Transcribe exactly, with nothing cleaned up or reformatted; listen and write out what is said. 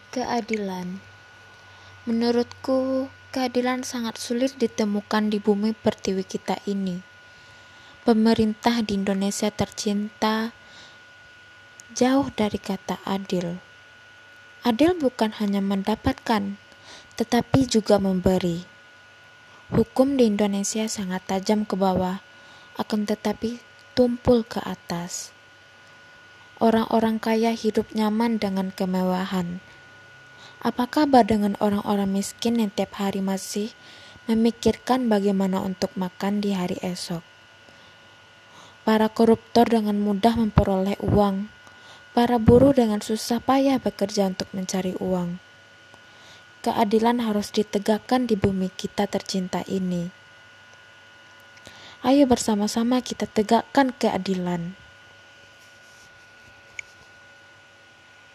Keadilan. Menurutku, keadilan sangat sulit ditemukan di bumi pertiwi kita ini. Pemerintah di Indonesia tercinta jauh dari kata adil. Adil bukan hanya mendapatkan, tetapi juga memberi. Hukum di Indonesia sangat tajam ke bawah, akan tetapi tumpul ke atas. Orang-orang kaya hidup nyaman dengan kemewahan. Apa kabar dengan orang-orang miskin yang tiap hari masih memikirkan bagaimana untuk makan di hari esok? Para koruptor dengan mudah memperoleh uang. Para buruh dengan susah payah bekerja untuk mencari uang. Keadilan harus ditegakkan di bumi kita tercinta ini. Ayo bersama-sama kita tegakkan keadilan.